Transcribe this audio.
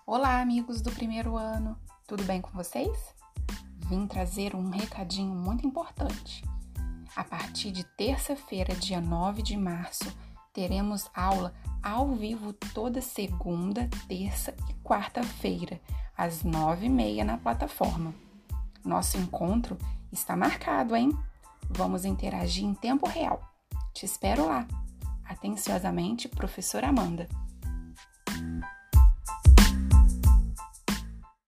Olá, amigos do primeiro ano, tudo bem com vocês? Vim trazer um recadinho muito importante. A partir de terça-feira, dia 9 de março, teremos aula ao vivo toda segunda, terça e quarta-feira, às 9h30 na plataforma. Nosso encontro está marcado, hein? Vamos interagir em tempo real. Te espero lá. Atenciosamente, professora Amanda.